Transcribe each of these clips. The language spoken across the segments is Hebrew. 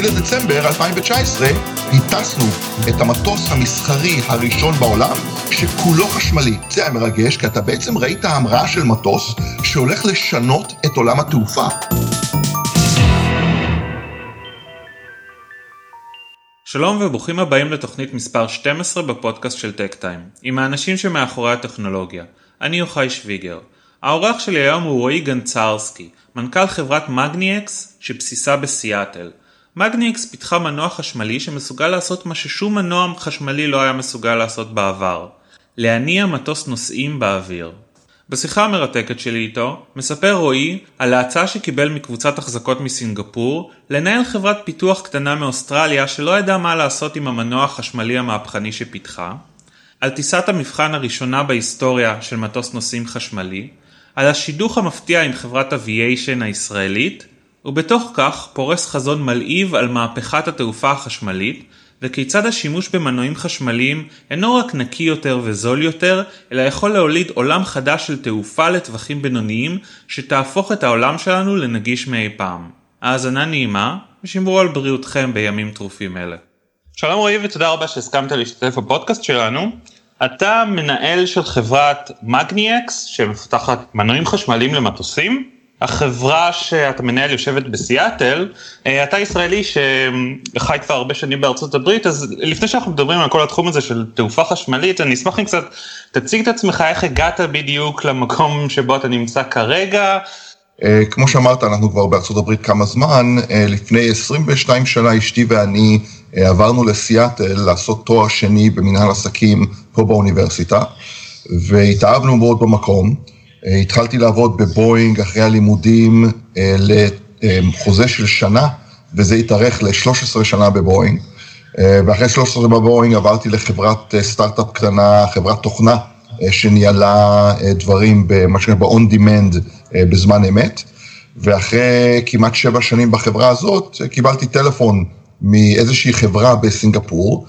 לדצמבר 2019 הטסנו את המטוס המסחרי הראשון בעולם שכולו חשמלי. זה היה מרגש, כי אתה בעצם ראית המראה של מטוס שהולך לשנות את עולם התעופה. שלום וברוכים הבאים לתוכנית מספר 12 בפודקאסט של טק טיים, עם האנשים שמאחורי הטכנולוגיה. אני יוחאי שוויגר. האורח שלי היום הוא רועי גנצרסקי, מנכ"ל חברת מגניאקס שבסיסה בסיאטל. מגניאקס פיתחה מנוע חשמלי שמסוגל לעשות מה ששום מנוע חשמלי לא היה מסוגל לעשות בעבר. להניע מטוס נוסעים באוויר. בשיחה המרתקת שלי איתו, מספר רועי על ההצעה שקיבל מקבוצת החזקות מסינגפור, לנהל חברת פיתוח קטנה מאוסטרליה שלא ידע מה לעשות עם המנוע החשמלי המהפכני שפיתחה, על טיסת המבחן הראשונה בהיסטוריה של מטוס נוסעים חשמלי, על השידוך המפתיע עם חברת אביישן הישראלית, ובתוך כך פורס חזון מלהיב על מהפכת התעופה החשמלית, וכיצד השימוש במנועים חשמליים אינו רק נקי יותר וזול יותר, אלא יכול להוליד עולם חדש של תעופה לטווחים בינוניים, שתהפוך את העולם שלנו לנגיש מאי פעם. האזנה נעימה, ושמרו על בריאותכם בימים טרופים אלה. שלום רועי ותודה רבה שהסכמת להשתתף בפודקאסט שלנו. אתה מנהל של חברת מגניאקס, שמפתחת מנועים חשמליים למטוסים. החברה שאתה מנהל יושבת בסיאטל, אתה ישראלי שחי כבר הרבה שנים בארצות הברית, אז לפני שאנחנו מדברים על כל התחום הזה של תעופה חשמלית, אני אשמח אם קצת תציג את עצמך, איך הגעת בדיוק למקום שבו אתה נמצא כרגע. כמו שאמרת, אנחנו כבר בארצות הברית כמה זמן, לפני 22 שנה אשתי ואני עברנו לסיאטל לעשות תואר שני במנהל עסקים פה באוניברסיטה, והתאהבנו מאוד במקום. התחלתי לעבוד בבוינג אחרי הלימודים לחוזה של שנה, וזה התארך ל-13 שנה בבוינג, ואחרי 13 בבוינג עברתי לחברת סטארט-אפ קטנה, חברת תוכנה, שניהלה דברים במה שנקרא ב-on demand בזמן אמת, ואחרי כמעט 7 שנים בחברה הזאת, קיבלתי טלפון מאיזושהי חברה בסינגפור,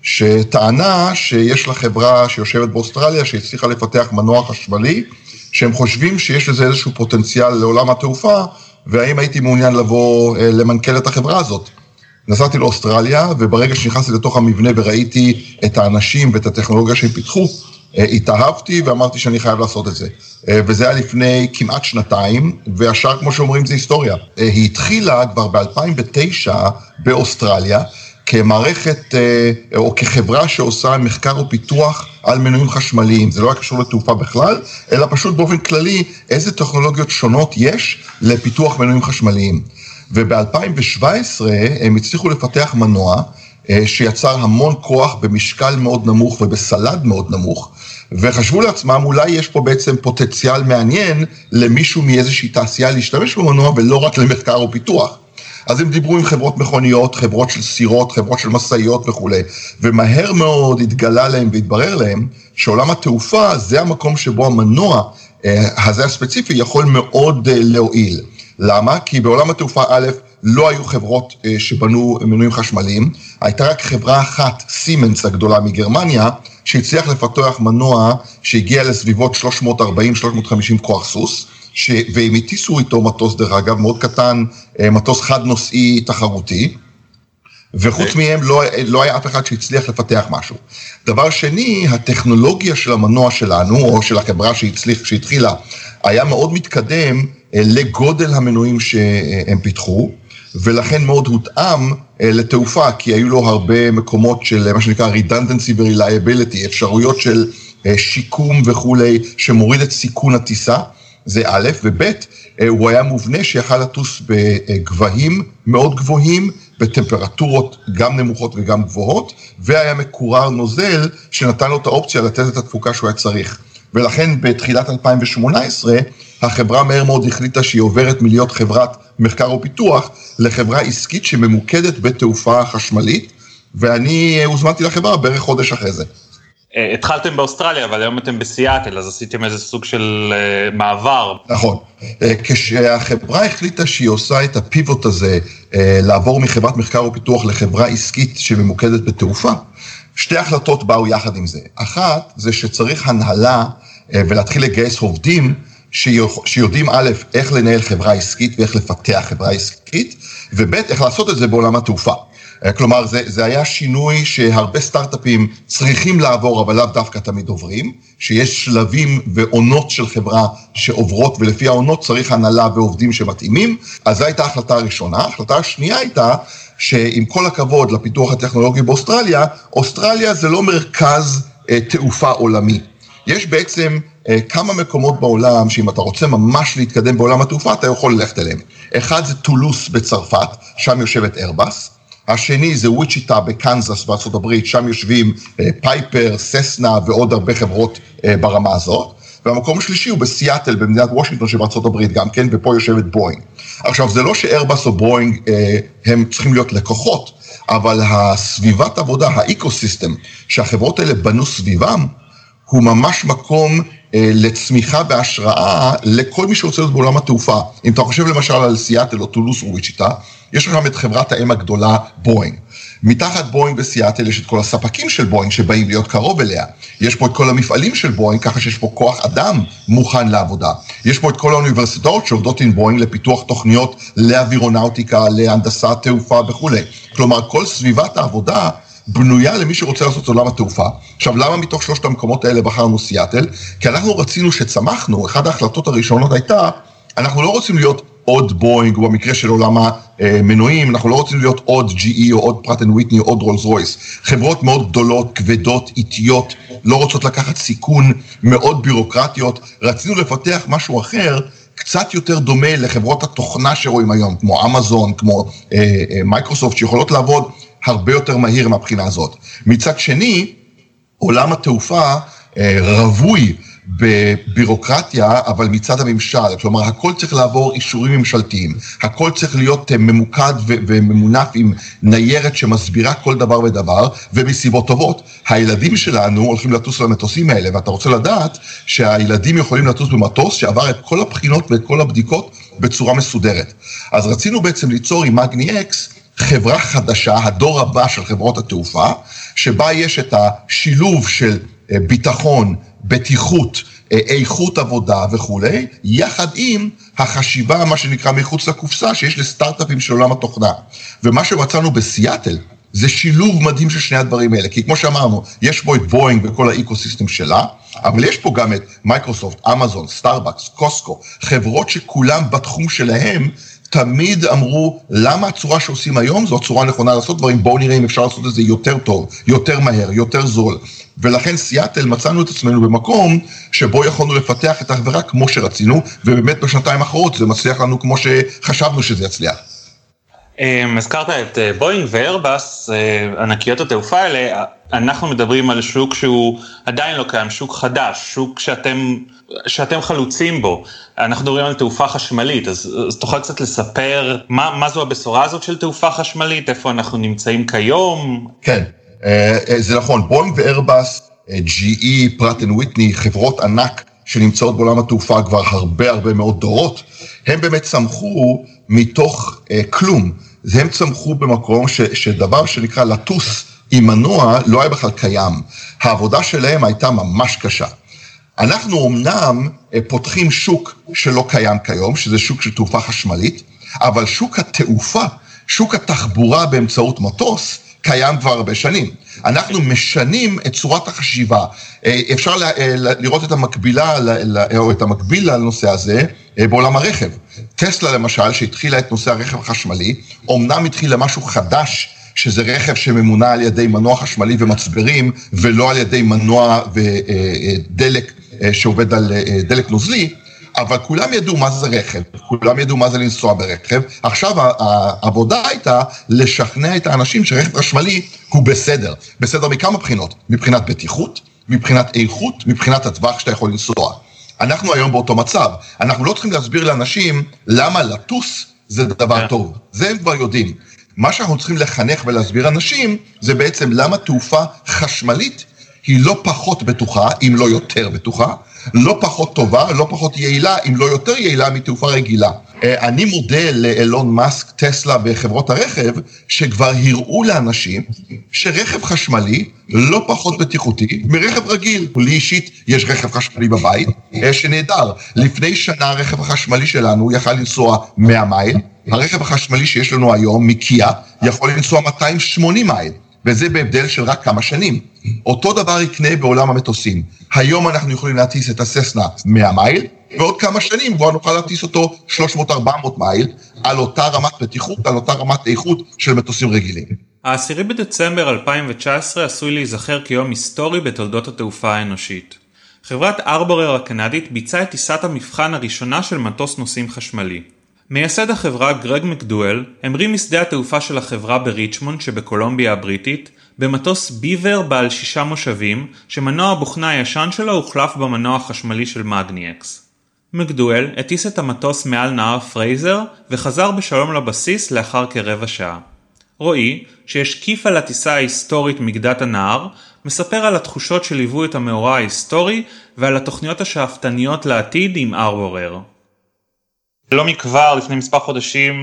שטענה שיש לה חברה שיושבת באוסטרליה, שהצליחה לפתח מנוע חשמלי, שהם חושבים שיש לזה איזשהו פוטנציאל לעולם התעופה, והאם הייתי מעוניין לבוא למנכ"ל את החברה הזאת. נסעתי לאוסטרליה, וברגע שנכנסתי לתוך המבנה וראיתי את האנשים ואת הטכנולוגיה שהם פיתחו, התאהבתי ואמרתי שאני חייב לעשות את זה. וזה היה לפני כמעט 2 והשאר, כמו שאומרים, זה היסטוריה. היא התחילה כבר ב-2009 באוסטרליה, כמערכת או כחברה שעושה מחקר ופיתוח על מנועים חשמליים. זה לא היה קשור לתעופה בכלל, אלא פשוט באופן כללי איזה טכנולוגיות שונות יש לפיתוח מנועים חשמליים. וב-2017 הם הצליחו לפתח מנוע שיצר המון כוח במשקל מאוד נמוך ובסלד מאוד נמוך, וחשבו לעצמם אולי יש פה בעצם פוטנציאל מעניין למישהו מאיזושהי תעשייה להשתמש במנוע ולא רק למחקר ופיתוח. אז הם דיברו עם חברות מכוניות, חברות של סירות, חברות של מסעיות וכו'. ומהר מאוד התגלה להם והתברר להם שעולם התעופה זה המקום שבו המנוע הזה הספציפי יכול מאוד להועיל. למה? כי בעולם התעופה א' לא היו חברות שבנו מנועים חשמליים, הייתה רק חברה אחת, סימנס הגדולה מגרמניה, שהצליח לפתח מנוע שהגיע לסביבות 340-350 כוח סוס, והם הטיסו איתו מטוס דרך אגב מאוד קטן, מטוס חד נוסעי תחרותי, וחוץ מהם לא היה אף אחד שהצליח לפתח משהו. דבר שני, הטכנולוגיה של המנוע שלנו, או של החברה שהתחילה, היה מאוד מתקדם לגודל המנועים שהם פיתחו, ולכן מאוד הותאם לתעופה, כי היו לו הרבה מקומות של מה שנקרא redundancy ו-reliability, אפשרויות של שיקום וכולי, שמוריד את סיכון הטיסה, זה א', וב', הוא היה מובנה שיכל לטוס בגבהים מאוד גבוהים, בטמפרטורות גם נמוכות וגם גבוהות, והיה מקורר נוזל שנתן לו את האופציה לתת את התפוקה שהוא היה צריך. ולכן בתחילת 2018, החברה מהר מאוד החליטה שהיא עוברת מלהיות חברת מחקר ופיתוח, לחברה עסקית שממוקדת בתעופה חשמלית, ואני הוזמנתי לחברה בערך חודש אחרי זה. התחלתם באוסטרליה, אבל היום אתם בסיאטל, אז עשיתם איזה סוג של מעבר. נכון. כשהחברה החליטה שהיא עושה את הפיבוט הזה, לעבור מחברת מחקר ופיתוח לחברה עסקית שממוקדת בתעופה, 2 החלטות באו יחד עם זה. אחת, זה שצריך הנהלה ולהתחיל לגייס עובדים שיודעים א', איך לנהל חברה עסקית ואיך לפתח חברה עסקית, וב', איך לעשות את זה בעולם התעופה. כלומר, זה היה שינוי שהרבה סטארט-אפים צריכים לעבור, אבל לאו דווקא תמיד עוברים, שיש שלבים ועונות של חברה שעוברות, ולפי העונות צריך הנהלה ועובדים שמתאימים, אז זו הייתה ההחלטה הראשונה. ההחלטה השנייה הייתה, שעם כל הכבוד לפיתוח הטכנולוגי באוסטרליה, אוסטרליה זה לא מרכז תעופה עולמי. יש בעצם כמה מקומות בעולם שאם אתה רוצה ממש להתקדם בעולם התעופה, אתה יכול ללכת אליהם. אחד זה טולוס בצרפת, שם יושבת איירבס. השני זה וויצ'יטה בקנזס בארצות הברית, שם יושבים פייפר, ססנה ועוד הרבה חברות ברמה הזאת. והמקום השלישי הוא בסיאטל, במדינת וושינגטון שבארצות הברית גם כן, ופה יושבת בוינג. עכשיו, זה לא שאיירבס או בוינג הם צריכים להיות לקוחות, אבל הסביבת עבודה, האקוסיסטם, שהחברות האלה בנו סביבם, הוא ממש מקום לצמיחה והשראה לכל מי שרוצה להיות בעולם התעופה. אם אתה חושב למשל על סיאטל או טולוס או וויצ'יטה, יש לך את חברת האם הגדולה בוינג. מתחת בוינג בסיאטל יש את כל הספקים של בוינג שבאים להיות קרוב אליה. יש פה את כל המפעלים של בוינג, ככה שיש פה כוח אדם מוכן לעבודה. יש פה את כל האוניברסיטאות שעובדות עם בוינג לפיתוח תוכניות לאווירונאוטיקה, להנדסת תעופה וכו'. כלומר, כל סביבת העבודה בנויה למי שרוצה לעשות את עולם התעופה. עכשיו, למה מתוך שלושת המקומות האלה בחרנו סיאטל? כי אנחנו רצינו שצמחנו, אחת ההחלטות הראשונות הייתה, אנחנו לא רוצים להיות עוד בוינג, או במקרה של עולם המנועים, אנחנו לא רוצים להיות עוד GE, או עוד פרט אנד וויטני, או עוד רולס רויס. חברות מאוד גדולות, כבדות, איטיות, לא רוצות לקחת סיכון, מאוד בירוקרטיות. רצינו לפתח משהו אחר, קצת יותר דומה לחברות התוכנה שרואים היום, כמו אמזון, כמו מייקרוסופט, שיכולות לעבוד הרבה יותר מהיר מהבחינה הזאת. מצד שני, עולם התעופה רווי בבירוקרטיה, אבל מצד הממשל, כלומר, הכל צריך לעבור אישורים ממשלתיים, הכל צריך להיות ממוקד וממונף עם ניירת שמסבירה כל דבר ודבר, ומסיבות טובות. הילדים שלנו הולכים לטוס למטוסים האלה, ואתה רוצה לדעת שהילדים יכולים לטוס במטוס שעבר את כל הבחינות ואת כל הבדיקות בצורה מסודרת. אז רצינו בעצם ליצור עם מגני אקס, חברה חדשה, הדור הבא של חברות התעופה, שבה יש את השילוב של ביטחון, בטיחות, איכות עבודה וכו', יחד עם החשיבה, מה שנקרא מחוץ לקופסה, שיש לסטארט-אפים של עולם התוכנה. ומה שמצאנו בסיאטל, זה שילוב מדהים של שני הדברים האלה, כי כמו שאמרנו, יש פה את בוינג וכל האקוסיסטם שלה, אבל יש פה גם את מייקרוסופט, אמזון, סטארבקס, קוסקו, חברות שכולם בתחום שלהם, תמיד אמרו, למה הצורה שעושים היום זו הצורה הנכונה לעשות דברים, בואו נראה אם אפשר לעשות את זה יותר טוב, יותר מהר, יותר זול. ולכן סיאטל מצאנו את עצמנו במקום שבו יכולנו לפתח את החברה כמו שרצינו, ובאמת בשנתיים האחרות זה מצליח לנו כמו שחשבנו שזה יצליח. הזכרת את בוינג ואיירבס, ענקיות התעופה האלה, אנחנו מדברים על שוק שהוא עדיין לא קיים, שוק חדש, שוק שאתם חלוצים בו. אנחנו מדברים על תעופה חשמלית, אז תוכל קצת לספר מה זו הבשורה הזאת של תעופה חשמלית, איפה אנחנו נמצאים כיום? כן, זה נכון, בוינג ואיירבס, GE, פרט אנד וויטני, חברות ענק שנמצאות בעולם התעופה כבר הרבה מאוד דורות, הם באמת צמחו מתוך כלום. הם צמחו במקום שדבר שנקרא לטוס עם מנוע לא היה בכלל קיים. העבודה שלהם הייתה ממש קשה. אנחנו אמנם פותחים שוק שלא קיים כיום, שזה שוק של תעופה חשמלית, אבל שוק התעופה, שוק התחבורה באמצעות מטוס, קיים כבר הרבה שנים. אנחנו משנים את צורת החשיבה. אפשר לראות את המקבילה, או את המקביל לנושא הזה, בעולם הרכב. טסלה למשל, שהתחילה את נושא הרכב החשמלי, אומנם התחילה משהו חדש, שזה רכב שממונע על ידי מנוע חשמלי ומצברים, ולא על ידי מנוע ודלק שעובד על דלק נוזלי, אבל כולם ידעו מה זה רכב, כולם ידעו מה זה לנסוע ברכב. עכשיו העבודה הייתה לשכנע את האנשים שרכב חשמלי הוא בסדר. בסדר מכמה בחינות? מבחינת בטיחות, מבחינת איכות, מבחינת הטווח שאתה יכול לנסוע. אנחנו היום באותו מצב. אנחנו לא צריכים להסביר לאנשים למה לטוס זה דבר טוב. זה הם כבר יודעים. מה שאנחנו צריכים לחנך ולהסביר אנשים, זה בעצם למה תעופה חשמלית היא לא פחות בטוחה, אם לא יותר בטוחה, לא פחות טובה, לא פחות יעילה, אם לא יותר יעילה מתעופה רגילה. אני מודה לאילון מאסק, טסלה וחברות הרכב, שכבר הראו לאנשים שרכב חשמלי לא פחות בטיחותי מרכב רגיל. לי אישית יש רכב חשמלי בבית, שנהדר. לפני שנה הרכב החשמלי שלנו יכל לנסוע 100 מייל, הרכב החשמלי שיש לנו היום, מקיה, יכול לנסוע 280 מייל. וזה בהבדל של רק כמה שנים. אותו דבר יקנה בעולם המטוסים. היום אנחנו יכולים להטיס את הססנה 100 מייל, ועוד כמה שנים כבר נוכל להטיס אותו 300-400 מייל, על אותה רמת בטיחות, על אותה רמת איכות של מטוסים רגילים. ה-10 בדצמבר 2019 עשוי להיזכר כיום היסטורי בתולדות התעופה האנושית. חברת ארבורר הקנדית ביצעה את טיסת המבחן הראשונה של מטוס נוסעים חשמלי. מייסד החברה גרג מקדואל המריא משדה התעופה של החברה בריצ'מונד שבקולומביה הבריטית במטוס ביבר בעל 6 מושבים שמנוע הבוכנה הישן שלו הוחלף במנוע החשמלי של מגניאקס. מקדואל הטיס את המטוס מעל נהר פרייזר וחזר בשלום לבסיס לאחר כרבע שעה. רועי, שהשקיף על הטיסה ההיסטורית מגדת הנהר, מספר על התחושות שליוו את המאורע ההיסטורי ועל התוכניות השאפתניות לעתיד עם ארבורר. לא מכבר, לפני מספר חודשים,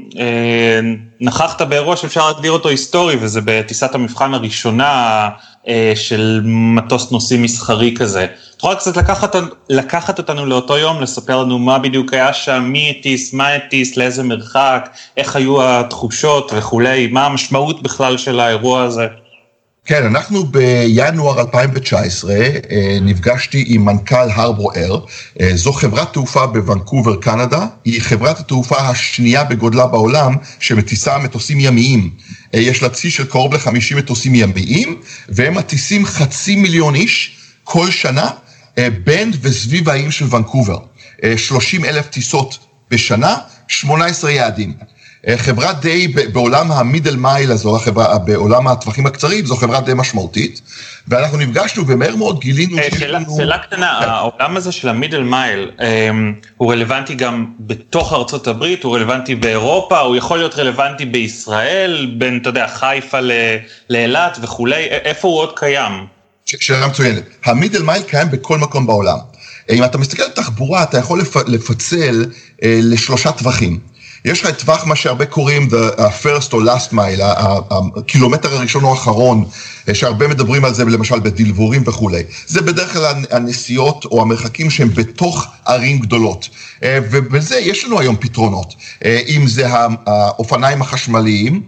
נכחת באירוע שאפשר להגדיר אותו היסטורי, וזה בטיסת המבחן הראשונה של מטוס נוסעים מסחרי כזה. אתה יכול קצת לקחת אותנו לאותו יום, לספר לנו מה בדיוק היה שם, מי הטיס, מה הטיס, לאיזה מרחק, איך היו התחושות וכולי, מה המשמעות בכלל של האירוע הזה? כן, אנחנו בינואר 2019 נפגשתי עם מנכ"ל הרבורר, זו חברת תעופה בוונקובר, קנדה, היא חברת התעופה השנייה בגודלה בעולם שמטיסה מטוסים ימיים. יש לה צי של קרוב ל-50 מטוסים ימיים, והם מטיסים 500,000 איש כל שנה בין וסביב האיים של וונקובר. 30,000 טיסות בשנה, 18 יעדים. חברה די, בעולם המידל מייל הזו, בעולם הטווחים הקצרים, זו חברה די משמעותית, ואנחנו נפגשנו ומהר מאוד גילינו... שאלה קטנה, העולם הזה של המידל מייל, הוא רלוונטי גם בתוך ארצות הברית, הוא רלוונטי באירופה, הוא יכול להיות רלוונטי בישראל, בין, אתה יודע, חיפה לאילת וכולי, איפה הוא עוד קיים? שאלה מצוינת. המידל מייל קיים בכל מקום בעולם. אם אתה מסתכל על תחבורה, אתה יכול לפצל לשלושה טווחים. יש לך את טווח מה שהרבה קוראים the first or last mile, הקילומטר הראשון או האחרון, שהרבה מדברים על זה למשל בדלבורים וכו'. זה בדרך כלל הנסיעות או המרחקים שהם בתוך ערים גדולות. ובזה יש לנו היום פתרונות. אם זה האופניים החשמליים,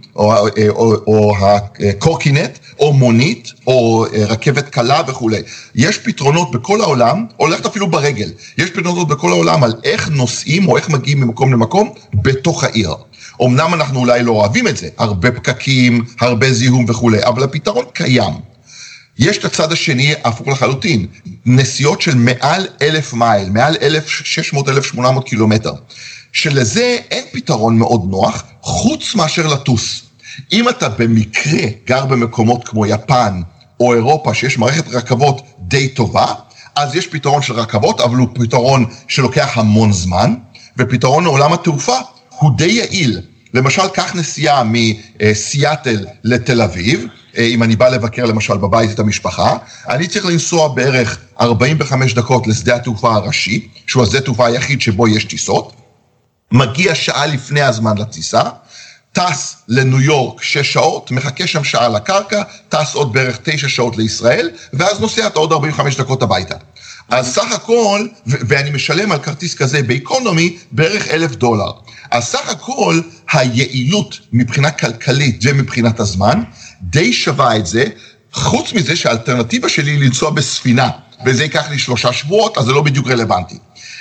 או הקורקינט, או מונית, או רכבת קלה וכו'. יש פתרונות בכל העולם, או הולכת אפילו ברגל. יש פתרונות בכל העולם על איך נוסעים או איך מגיעים ממקום למקום בתוך העיר. אמנם אנחנו אולי לא אוהבים את זה, הרבה פקקים, הרבה זיהום וכו', אבל הפתרון קיים. יש את הצד השני הפוך לחלוטין, נסיעות של מעל 1,000 מייל, מעל 1,600-1,800 קילומטר, שלזה אין פתרון מאוד נוח, חוץ מאשר לטוס. אם אתה במקרה גר במקומות כמו יפן או אירופה, שיש מערכת רכבות די טובה, אז יש פתרון של רכבות, אבל הוא פתרון שלוקח המון זמן, ופתרון לעולם התעופה הוא די יעיל. למשל, כך נסיעה מסיאטל לתל אביב, אם אני בא לבקר למשל בבית את המשפחה, אני צריך לנסוע בערך 45 דקות לשדה התעופה הראשי, שהוא השדה התעופה היחיד שבו יש טיסות, מגיע שעה לפני הזמן לטיסה, טס לניו יורק 6 שעות, מחכה שם שעה לקרקע, טס עוד בערך 9 שעות לישראל, ואז נוסע את עוד 45 דקות הביתה. אז סך הכל, ואני משלם על כרטיס כזה באקונומי, בערך $1,000. אז סך הכל, היעילות מבחינה כלכלית ומבחינת הזמן, די שווה את זה, חוץ מזה שהאלטרנטיבה שלי היא לנסוע בספינה, וזה ייקח לי 3 שבועות, אז זה לא בדיוק רלוונטי.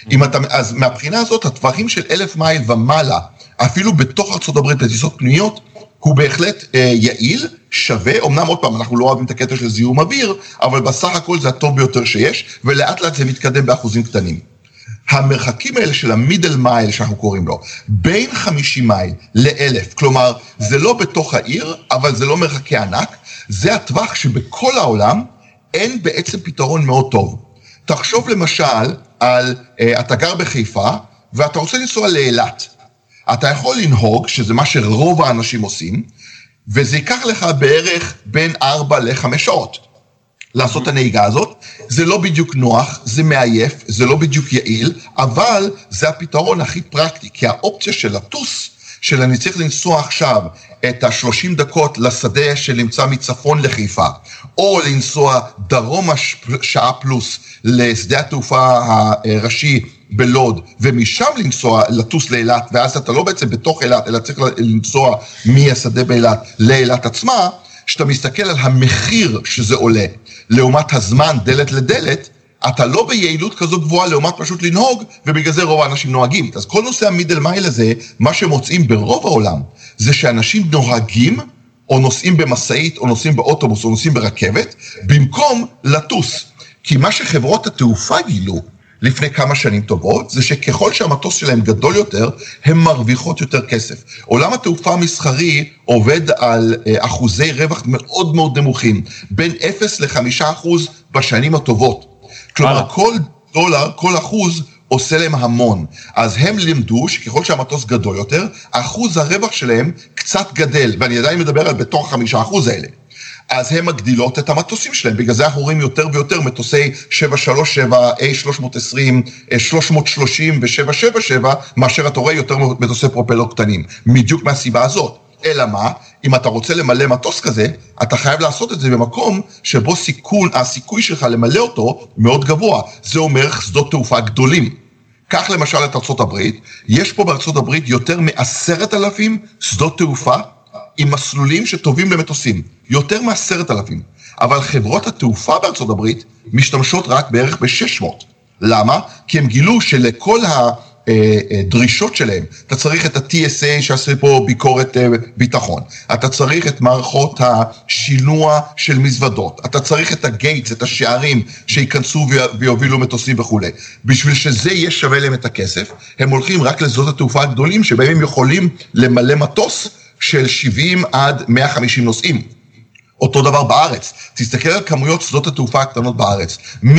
אז מהבחינה הזאת, הטווחים של 1,000 מייל ומעלה, אפילו בתוך ארצות הברית לטיסות פנימיות, הוא בהחלט יעיל, שווה, אמנם עוד פעם, אנחנו לא אוהבים את הקטע של זיהום אוויר, אבל בסך הכל זה הטוב ביותר שיש, ולאט לאט זה מתקדם באחוזים קטנים. המרחקים האלה של המידל מייל שאנחנו קוראים לו, בין 50 מייל ל1,000, כלומר, זה לא בתוך העיר, אבל זה לא מרחקי ענק, זה הטווח שבכל העולם אין בעצם פתרון מאוד טוב. תחשוב למשל על, אתה גר בחיפה, ואתה רוצה לנסוע לאילת. אתה יכול לנהוג, שזה מה שרוב האנשים עושים, וזה ייקח לך בערך בין 4 ל-5 שעות. לעשות את הנהיגה הזאת. זה לא בדיוק נוח, זה מעייף, זה לא בדיוק יעיל, אבל זה הפתרון הכי פרקטי, כי האופציה של לטוס, של אני צריך לנסוע עכשיו את ה-30 דקות לשדה שנמצא מצפון לחיפה, או לנסוע דרומה שעה פלוס לשדה התעופה הראשי בלוד, ומשם לטוס לאילת, ואז אתה לא בעצם בתוך אילת, אלא צריך לנסוע מהשדה באילת לאילת עצמה, שאתה מסתכל על המחיר שזה עולה, לעומת הזמן דלת לדלת, אתה לא ביעילות כזו גבוהה לעומת פשוט לנהוג, ובגלל זה רוב האנשים נוהגים. אז כל נושא המידל מייל הזה, מה שמוצאים ברוב העולם, זה שאנשים נוהגים, או נוסעים במסעית, או נוסעים באוטובוס, או נוסעים ברכבת, במקום לטוס. כי מה שחברות התעופה גילו, לפני כמה שנים טובות, זה שככל שהמטוס שלהם גדול יותר, הן מרוויחות יותר כסף. עולם התעופה המסחרי עובד על אחוזי רווח מאוד מאוד נמוכים, בין 0 ל-5% בשנים הטובות. כלומר, כל דולר, כל אחוז עושה להם המון. אז הם לימדו שככל שהמטוס גדול יותר, אחוז הרווח שלהם קצת גדל, ואני עדיין מדבר על בתוך 5% האלה. אז הם מגדילות את המטוסים שלהם, בגלל זה אנחנו רואים יותר ויותר מטוסי 737, A320, 330 ו-777, מאשר אתה רואה יותר מטוסי פרופלר קטנים, בדיוק מהסיבה הזאת. אלא מה? אם אתה רוצה למלא מטוס כזה, אתה חייב לעשות את זה במקום שבו הסיכוי שלך למלא אותו מאוד גבוה. זה אומר שדות תעופה גדולים. כך למשל את ארצות הברית, יש פה בארצות הברית יותר מ10,000 שדות תעופה, עם מסלולים שטובים למטוסים, יותר מ10,000. אבל חברות התעופה בארצות הברית משתמשות רק בערך ב600. למה? כי הם גילו שלכל הדרישות שלהם, אתה צריך את ה-TSA שעשה פה ביקורת ביטחון, אתה צריך את מערכות השינוע של מזוודות, אתה צריך את הגייטס, את השערים שיכנסו ויובילו מטוסים וכו'. בשביל שזה יהיה שווה להם את הכסף, הם הולכים רק לשדות התעופה הגדולים, שבהם הם יכולים למלא מטוס של 70 עד 150 נוסעים. אותו דבר בארץ. תסתכל על כמויות שדות התעופה הקטנות בארץ.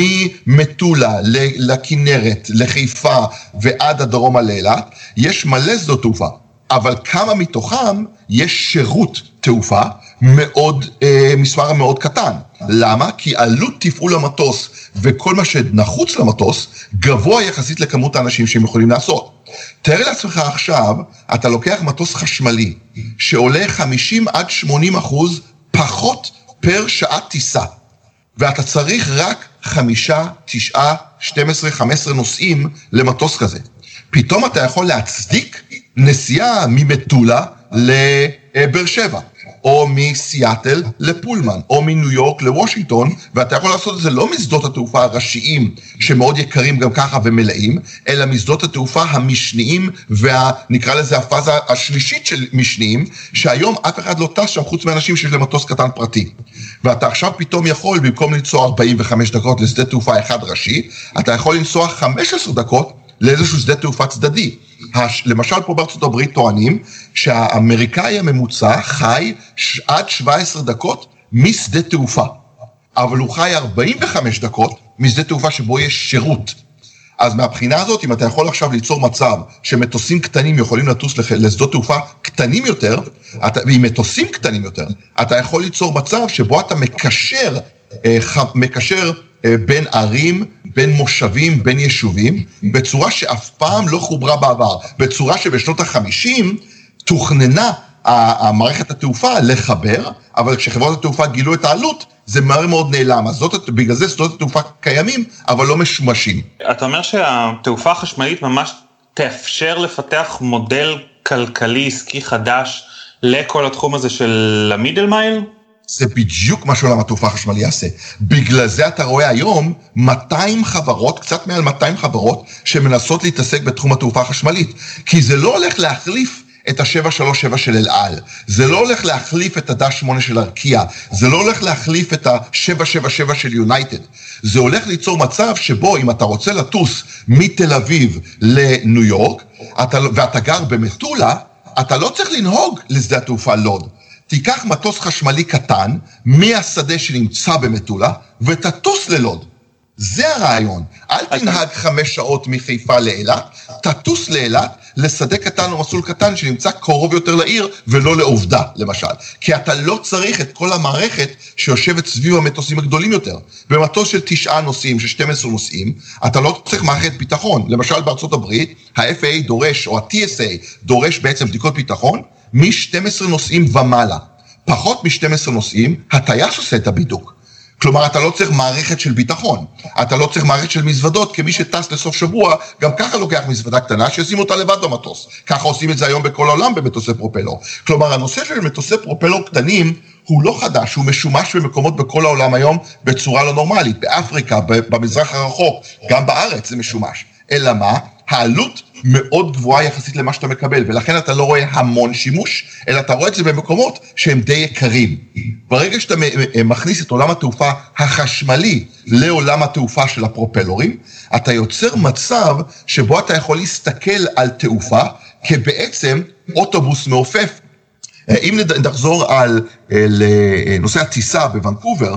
ממטולה לכנרת, לחיפה ועד הדרומה לאילת, יש מלא שדות תעופה. אבל כמה מתוכם יש שירות תעופה מאוד, מספר מאוד קטן. למה? כי עלות תפעול המטוס וכל מה שנחוץ למטוס, גבוה יחסית לכמות האנשים שהם יכולים לעשות. תאר לעצמך עכשיו, אתה לוקח מטוס חשמלי, שעולה 50 עד 80% פחות פר שעת טיסה, ואתה צריך רק 5, 9, 12, 15 נוסעים למטוס כזה. פתאום אתה יכול להצדיק נסיעה ממטולה לבאר שבע, או מסיאטל לפולמן, או מניו יורק לוושינגטון, ואתה יכול לעשות את זה לא משדות התעופה הראשיים, שמאוד יקרים גם ככה ומלאים, אלא משדות התעופה המשניים, ונקרא לזה הפאזה השלישית של משניים, שהיום אף אחד לא טס שם חוץ מאנשים שיש למטוס קטן פרטי. ואתה עכשיו פתאום יכול, במקום לנסוע 45 דקות לשדה תעופה אחד ראשי, אתה יכול לנסוע 15 דקות לאיזשהו שדה תעופה צדדי. למשל פה בארצות הברית טוענים שהאמריקאי הממוצע חי עד 17 דקות משדה תעופה, אבל הוא חי 45 דקות משדה תעופה שבו יש שירות. אז מהבחינה הזאת, אם אתה יכול עכשיו ליצור מצב שמטוסים קטנים יכולים לטוס לשדות תעופה קטנים יותר, ועם מטוסים קטנים יותר, אתה יכול ליצור מצב שבו אתה מקשר בין ערים, בין מושבים, בין יישובים, בצורה שאף פעם לא חוברה בעבר, בצורה שבשנות ה-50 תוכננה המערכת התעופה לחבר, אבל כשחברות התעופה גילו את העלות, זה מהר מאוד נעלם. אז בגלל זה שדות התעופה קיימים, אבל לא משומשים. אתה אומר שהתעופה החשמלית ממש תאפשר לפתח מודל כלכלי עסקי חדש לכל התחום הזה של המידל מייל? זה בדיוק מה שעולם התעופה החשמלי יעשה. בגלל זה אתה רואה היום 200 חברות, קצת מעל 200 חברות, שמנסות להתעסק בתחום התעופה החשמלית. כי זה לא הולך להחליף את ה-737 של אל על, זה לא הולך להחליף את הדש 8 של ארקיע, זה לא הולך להחליף את ה-777 של יונייטד. זה הולך ליצור מצב שבו אם אתה רוצה לטוס מתל אביב לניו יורק, ואתה גר במטולה, אתה לא צריך לנהוג לשדה התעופה לוד. תיקח מטוס חשמלי קטן, מהשדה שנמצא במטולה, ותטוס ללוד. זה הרעיון. אל תנהג 5 שעות מחיפה לאילת, תטוס לאילת, לשדה קטן או מסלול קטן שנמצא קרוב יותר לעיר ולא לעובדה, למשל. כי אתה לא צריך את כל המערכת שיושבת סביב המטוסים הגדולים יותר. במטוס של 9 נוסעים, של 12 נוסעים, אתה לא צריך מערכת ביטחון. למשל בארצות הברית, ה-FAA דורש, או ה-TSA דורש בעצם בדיקות ביטחון, מ-12 נוסעים ומעלה. פחות מ-12 נוסעים, הטייס עושה את הבידוק. כלומר, אתה לא צריך מערכת של ביטחון, אתה לא צריך מערכת של מזוודות, כמי שטס לסוף שבוע, גם ככה לוקח מזוודה קטנה, שישים אותה לבד במטוס. ככה עושים את זה היום בכל העולם במטוסי פרופלור. כלומר, הנושא של מטוסי פרופלור קטנים, הוא לא חדש, הוא משומש במקומות בכל העולם היום, בצורה לא נורמלית, באפריקה, במזרח הרחוק, גם בארץ זה משומש. אלא מה? העלות מאוד גבוהה יחסית למה שאתה מקבל, ולכן אתה לא רואה המון שימוש, אלא אתה רואה את זה במקומות שהם די יקרים. ברגע שאתה מכניס את עולם התעופה החשמלי לעולם התעופה של הפרופלורים, אתה יוצר מצב שבו אתה יכול להסתכל על תעופה כבעצם אוטובוס מעופף. אם נחזור על נושא הטיסה בוונקובר,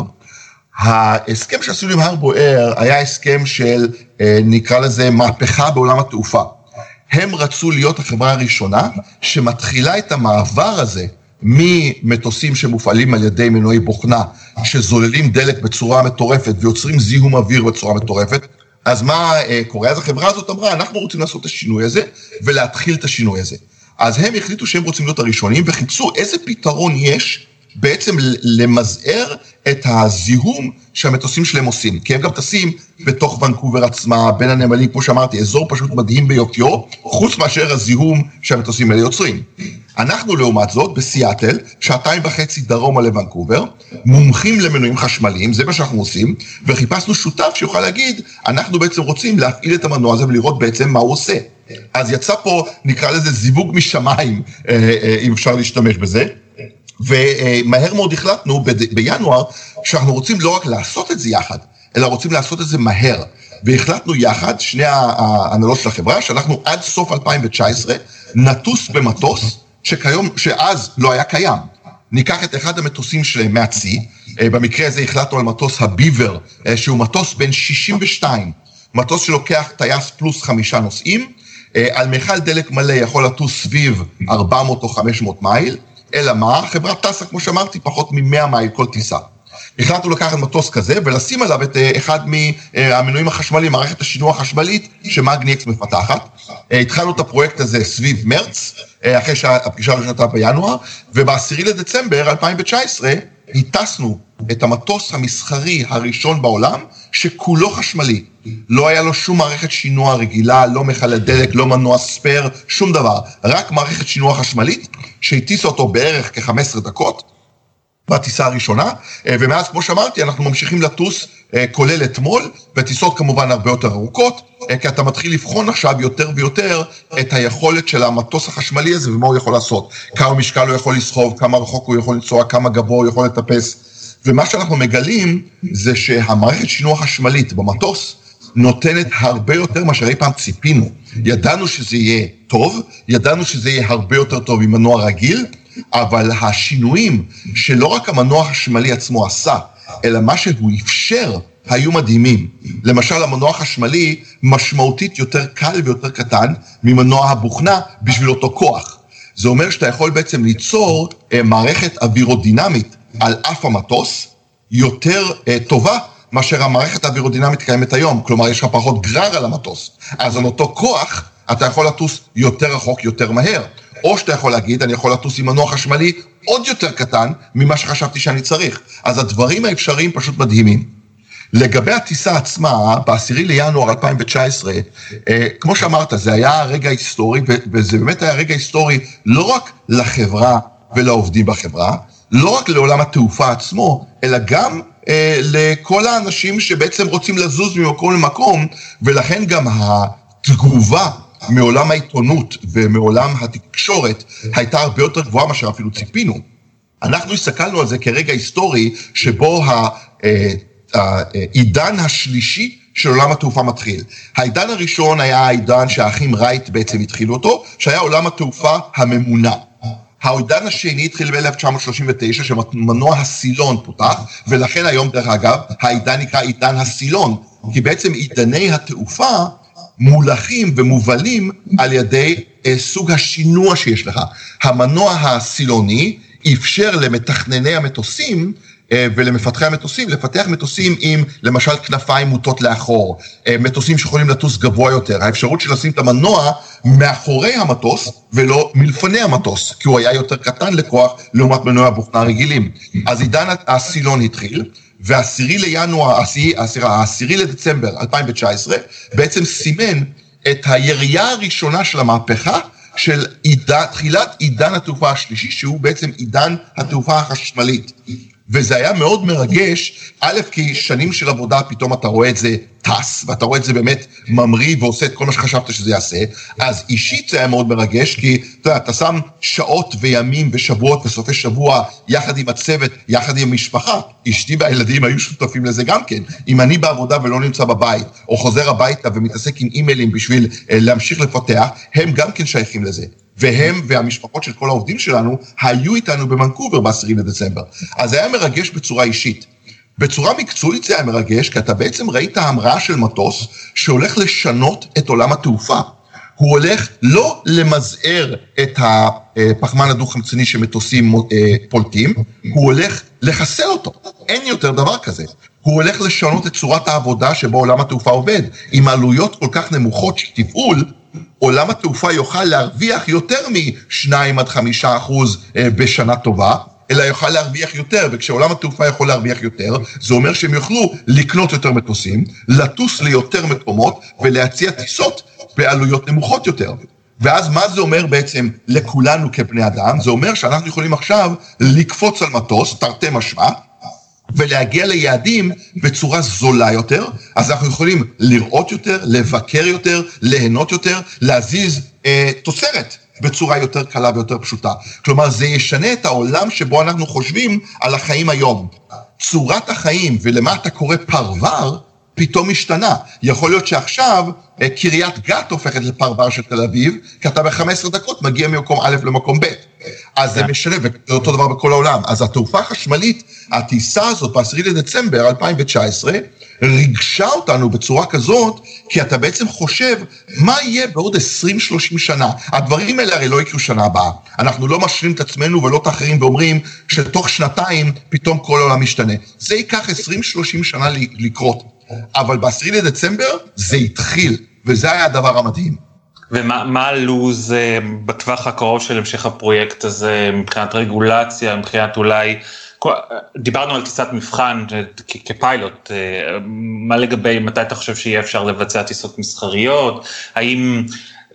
ההסכם שעשו עם הרבואר היה הסכם של, נקרא לזה, מהפכה בעולם התעופה. הם רצו להיות החברה הראשונה שמתחילה את המעבר הזה ממטוסים שמופעלים על ידי מנועי בוכנה, שזוללים דלק בצורה מטורפת ויוצרים זיהום אוויר בצורה מטורפת. אז מה קורה? אז החברה הזאת אמרה, אנחנו רוצים לעשות את השינוי הזה ולהתחיל את השינוי הזה. אז הם החליטו שהם רוצים להיות הראשונים וחיפשו איזה פתרון יש בעצם למזער את הזיהום שהמטוסים שלהם עושים. כי הם גם טסים בתוך ונקובר עצמה, בין הנמלים, כמו שאמרתי, אזור פשוט מדהים ביופיו, חוץ מאשר הזיהום שהמטוסים האלה יוצרים. אנחנו לעומת זאת, בסיאטל, 2.5 דרומה לוונקובר, מומחים למנועים חשמליים, זה מה שאנחנו עושים, וחיפשנו שותף שיוכל להגיד, אנחנו בעצם רוצים להפעיל את המנוע הזה ולראות בעצם מה הוא עושה. אז יצא פה, נקרא לזה זיווג משמיים, אם אפשר להשתמש בזה, ומהר מאוד החלטנו בינואר שאנחנו רוצים לא רק לעשות את זה יחד, אלא רוצים לעשות את זה מהר. והחלטנו יחד, שני ההנהלות של החברה, שאנחנו עד סוף 2019 נטוס במטוס שאז לא היה קיים. ניקח את אחד המטוסים שלהם מהצי, במקרה הזה החלטנו על מטוס הביבר, שהוא מטוס בין 62, מטוס שלוקח טייס פלוס 5 נוסעים, על מיכל דלק מלא יכול לטוס סביב 400 או 500 מייל, אלא מה? חברה טסה, כמו שאמרתי, פחות מ-100 מייל כל טיסה. החלטנו לקחת מטוס כזה ולשים עליו את אחד מהמנועים החשמליים, מערכת השינוע החשמלית שמאגניקס מפתחת. התחלנו את הפרויקט הזה סביב מרץ, אחרי שהפגישה הראשונה בינואר, וב-10 לדצמבר 2019 הטסנו את המטוס המסחרי הראשון בעולם, שכולו חשמלי. לא היה לו שום מערכת שינוע רגילה, לא מכלי דלק, לא מנוע ספר, שום דבר. רק מערכת שינוע חשמלית, שהטיסה אותו בערך כ-15 דקות, בטיסה הראשונה, ומאז, כמו שאמרתי, אנחנו ממשיכים לטוס, כולל אתמול, בטיסות כמובן הרבה יותר ארוכות, כי אתה מתחיל לבחון עכשיו יותר ויותר את היכולת של המטוס החשמלי הזה, ומה הוא יכול לעשות. כמה משקל הוא יכול לסחוב, כמה רחוק הוא יכול לנסוע, כמה גבוה הוא יכול לטפס. ומה שאנחנו מגלים, זה שהמערכת שינוע חשמלית במטוס, נותנת הרבה יותר מה שראי פעם ציפינו. ידענו שזה יהיה טוב, ידענו שזה יהיה הרבה יותר טוב עם מנוע רגיל, אבל השינויים שלא רק המנוע החשמלי עצמו עשה, אלא מה שהוא אפשר, היו מדהימים. למשל, המנוע החשמלי משמעותית יותר קל ויותר קטן ממנוע הבוכנה בשביל אותו כוח. זה אומר שאתה יכול בעצם ליצור מערכת אווירודינמית על אף המטוס, יותר טובה מאשר המערכת האווירודינמית קיימת היום. כלומר, יש לך פחות גרר על המטוס. אז על אותו כוח, אתה יכול לטוס יותר רחוק, יותר מהר. או שאתה יכול להגיד, אני יכול לטוס עם מנוע חשמלי עוד יותר קטן ממה שחשבתי שאני צריך. אז הדברים האפשריים פשוט מדהימים. לגבי הטיסה עצמה, ב10 לינואר 2019, כמו שאמרת, זה היה רגע היסטורי, וזה באמת היה רגע היסטורי לא רק לחברה ולעובדים בחברה, לא רק לעולם התעופה עצמו, אלא גם לכל האנשים שבעצם רוצים לזוז ממקום למקום, ולכן גם התגובה מעולם העיתונות ומעולם התקשורת הייתה הרבה יותר גבוהה מאשר אפילו ציפינו. אנחנו הסתכלנו על זה כרגע היסטורי שבו העידן השלישי של עולם התעופה מתחיל. העידן הראשון היה העידן שהאחים רייט בעצם התחילו אותו, שהיה עולם התעופה הממונה. העידן השני התחיל ב-1939, שמנוע הסילון פותח, ולכן היום דרך אגב, העידן נקרא עידן הסילון, כי בעצם עידני התעופה מולכים ומובלים על ידי סוג השינוע שיש לך. המנוע הסילוני אפשר למתכנני המטוסים ולמפתחי המטוסים, לפתח מטוסים עם למשל כנפיים מוטות לאחור, מטוסים שיכולים לטוס גבוה יותר, האפשרות של לשים את המנוע מאחורי המטוס ולא מלפני המטוס, כי הוא היה יותר קטן לכוח לעומת מנועי הבוכנה הרגילים. אז עידן הסילון התחיל, ה-10 לדצמבר 2019 בעצם סימן את הירייה הראשונה של המהפכה של תחילת עידן התעופה השלישי, שהוא בעצם עידן התעופה החשמלית. וזה היה מאוד מרגש, א', כי שנים של עבודה פתאום אתה רואה את זה טס, ואתה רואה את זה באמת ממריא ועושה את כל מה שחשבת שזה יעשה, אז אישית זה היה מאוד מרגש, כי אתה שם שעות וימים ושבועות וסופי שבוע, יחד עם הצוות, יחד עם המשפחה, אשתי והילדים היו שותפים לזה גם כן, אם אני בעבודה ולא נמצא בבית, או חוזר הביתה ומתעסק עם אימיילים בשביל להמשיך לפתח, הם גם כן שייכים לזה. והם והמשפחות של כל העובדים שלנו היו איתנו במנקובר ב10 לדצמבר. אז זה היה מרגש בצורה אישית. בצורה מקצועית זה היה מרגש, כי אתה בעצם ראית המראה של מטוס שהולך לשנות את עולם התעופה. הוא הולך לא למזער את הפחמן הדו-חמצני שמטוסים פולטים, הוא הולך לחסל אותו. אין יותר דבר כזה. הוא הולך לשנות את צורת העבודה שבו עולם התעופה עובד. עם עלויות כל כך נמוכות של תפעול, עולם התעופה יוכל להרוויח יותר מ2-5% בשנה טובה, אלא יוכל להרוויח יותר, וכשעולם התעופה יכול להרוויח יותר, זה אומר שהם יוכלו לקנות יותר מטוסים, לטוס ליותר מקומות, ולהציע טיסות בעלויות נמוכות יותר. ואז מה זה אומר בעצם לכולנו כבני אדם? זה אומר שאנחנו יכולים עכשיו לקפוץ על מטוס, תרתי משמע, ולהגיע ליעדים בצורה זולה יותר, אז אנחנו יכולים לראות יותר, לבקר יותר, ליהנות יותר, להזיז תוצרת בצורה יותר קלה ויותר פשוטה. כלומר, זה ישנה את העולם שבו אנחנו חושבים על החיים היום. צורת החיים ולמה אתה קורא פרבר, פתאום משתנה. יכול להיות שעכשיו קריית גת הופכת לפרבר של תל אביב, כי אתה ב-15 דקות מגיע ממקום א' למקום ב'. אז זה משנה, וזה אותו דבר בכל העולם. אז התעופה החשמלית, הטיסה הזאת ב10 לדצמבר 2019, ריגשה אותנו בצורה כזאת, כי אתה בעצם חושב, מה יהיה בעוד 20-30 שנה? הדברים האלה הרי לא יקרו שנה הבאה. אנחנו לא משלים את עצמנו ולא את האחרים ואומרים, שתוך שנתיים פתאום כל העולם משתנה. זה ייקח 20-30 שנה לקרות. אבל ב10 לדצמבר זה התחיל, וזה היה הדבר המדהים. ומה הלוז בטווח הקרוב של המשך הפרויקט הזה, מבחינת רגולציה, מבחינת אולי, דיברנו על טיסת מבחן כפיילוט, מה לגבי, מתי אתה חושב שיהיה אפשר לבצע טיסות מסחריות, האם,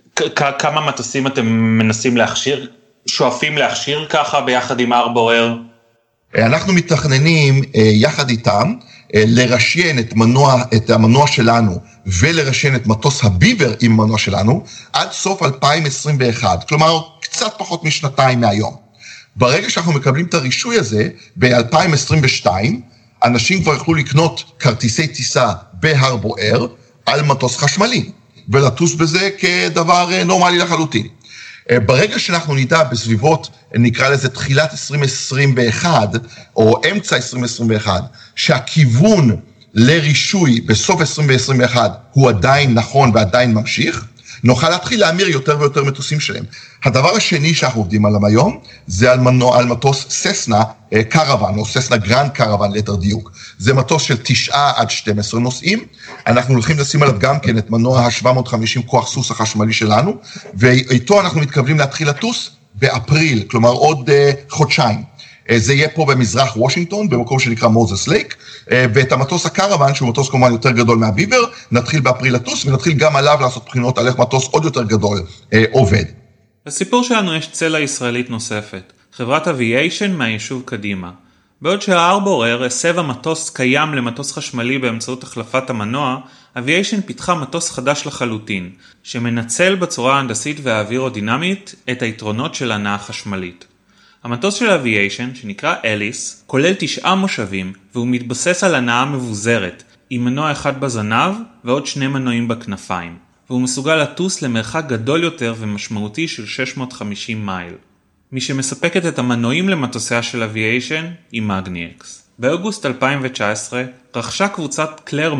כמה מטוסים אתם מנסים להכשיר, שואפים להכשיר ככה ביחד עם ארבורר? אנחנו מתכננים יחד איתם, לרשיין את המנוע שלנו, ולרשיין את מטוס הביבר עם המנוע שלנו, עד סוף 2021, כלומר, קצת פחות משנתיים מהיום. ברגע שאנחנו מקבלים את הרישוי הזה, ב-2022, אנשים כבר יכלו לקנות כרטיסי טיסה בהרבואר, על מטוס חשמלי, ולטוס בזה כדבר נורמלי לחלוטין. ברגע שאנחנו נדע בסביבות, נקרא לזה תחילת 2021, או אמצע 2021, שהכיוון לרישוי בסוף 2021 הוא עדיין נכון ועדיין ממשיך, נוכל להתחיל להמיר יותר ויותר מטוסים שלהם. הדבר השני שאנחנו עובדים עליו היום, זה על מטוס ססנה קרוון, או ססנה גרנד קרוון ליתר דיוק. זה מטוס של 9-12 נוסעים, אנחנו הולכים לשים עליו גם כן את מנוע ה-750 כוח סוס החשמלי שלנו, ואיתו אנחנו מתכוונים להתחיל לטוס באפריל, כלומר עוד חודשיים. זה יהיה פה במזרח וושינגטון, במקום שנקרא מוזס לייק, ואת המטוס הקרוון, שהוא מטוס כמובן יותר גדול מהביבר, נתחיל באפריל לטוס, ונתחיל גם עליו לעשות בחינות על איך מטוס עוד יותר גדול עובד. בסיפור שלנו יש צלע ישראלית נוספת, חברת אביישן מהיישוב קדימה. בעוד שהארבורר הסב המטוס קיים למטוס חשמלי באמצעות החלפת המנוע, אביישן פיתחה מטוס חדש לחלוטין, שמנצל בצורה ההנדסית והאווירודינמית את היתרונות של הנעה חשמלית. המטוס של אביישן, שנקרא אליס, כולל 9 מושבים, והוא מתבסס על הנעה מבוזרת, עם מנוע אחד בזנב ועוד 2 מנועים בכנפיים, והוא מסוגל לטוס למרחק גדול יותר ומשמעותי של 650 מייל. מי שמספקת את המנועים למטוסיה של אביישן היא מגניאקס. באוגוסט 2019 רכשה קבוצת קלרמונט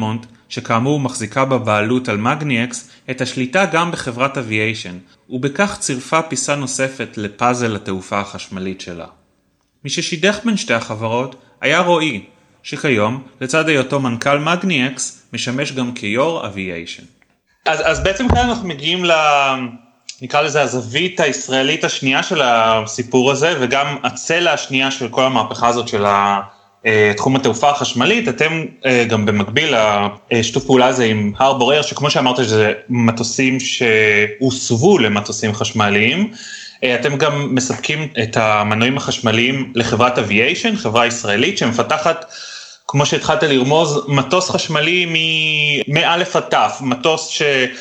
שכאמור מחזיקה בבעלות על מגניאקס, את השליטה גם בחברת אביישן, ובכך צירפה פיסה נוספת לפאזל התעופה החשמלית שלה. מי ששידך בין שתי החברות היה רועי, שכיום, לצד היותו מנכ"ל מגניאקס, משמש גם כיו"ר אביישן. אז בעצם כאן אנחנו מגיעים נקרא לזה הזווית הישראלית השנייה של הסיפור הזה, וגם הצלע השנייה של כל המהפכה הזאת של תחום התעופה החשמלית. אתם גם במקביל לשיתוף פעולה הזה עם הרבור אייר, שכמו שאמרת שזה מטוסים שהוסבו למטוסים חשמליים, אתם גם מספקים את המנועים החשמליים לחברת אביישן, חברה ישראלית שמפתחת, כמו שהתחלת לרמוז, מטוס חשמלי מאלף עד תף, מטוס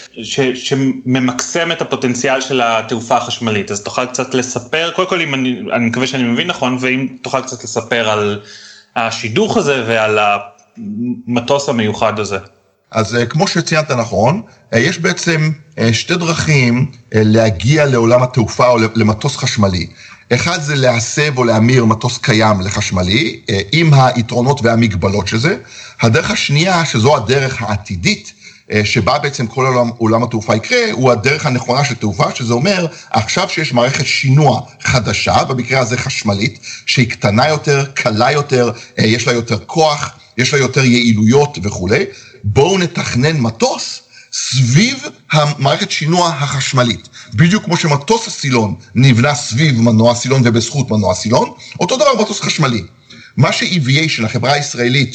שממקסם את הפוטנציאל של התעופה החשמלית. אז תוכל קצת לספר, קודם כל אני מקווה שאני מבין נכון, ואם תוכל קצת לספר על השידוך הזה ועל המטוס המיוחד הזה. אז כמו שציינת נכון, יש בעצם שתי דרכים להגיע לעולם התעופה או למטוס חשמלי. אחד זה להסב או להמיר מטוס קיים לחשמלי, עם היתרונות והמגבלות של זה. הדרך השנייה, שזו הדרך העתידית, שבה בעצם כל עולם התעופה יקרה, הוא הדרך הנכונה של תעופה, שזה אומר, עכשיו שיש מערכת שינוע חדשה, במקרה הזה חשמלית, שהיא קטנה יותר, קלה יותר, יש לה יותר כוח, יש לה יותר יעילויות וכו'. בואו נתכנן מטוס סביב המערכת שינוע החשמלית. בדיוק כמו שמטוס הסילון נבנה סביב מנוע סילון ובזכות מנוע סילון, אותו דבר מטוס חשמלי. מה שאביישן, החברה הישראלית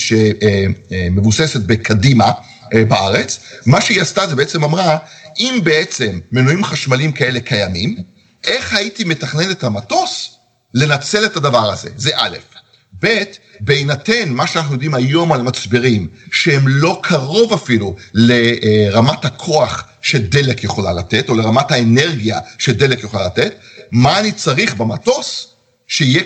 שמבוססת בקדימה בארץ, מה שהיא עשתה זה בעצם אמרה, אם בעצם מנועים חשמליים כאלה קיימים, איך הייתי מתכנן את המטוס לנצל את הדבר הזה? זה א', ב', בהינתן מה שאנחנו יודעים היום על מצברים, שהם לא קרוב אפילו לרמת הכוח שדלק יכולה לתת, או לרמת האנרגיה שדלק יכולה לתת, מה אני צריך במטוס שתהיה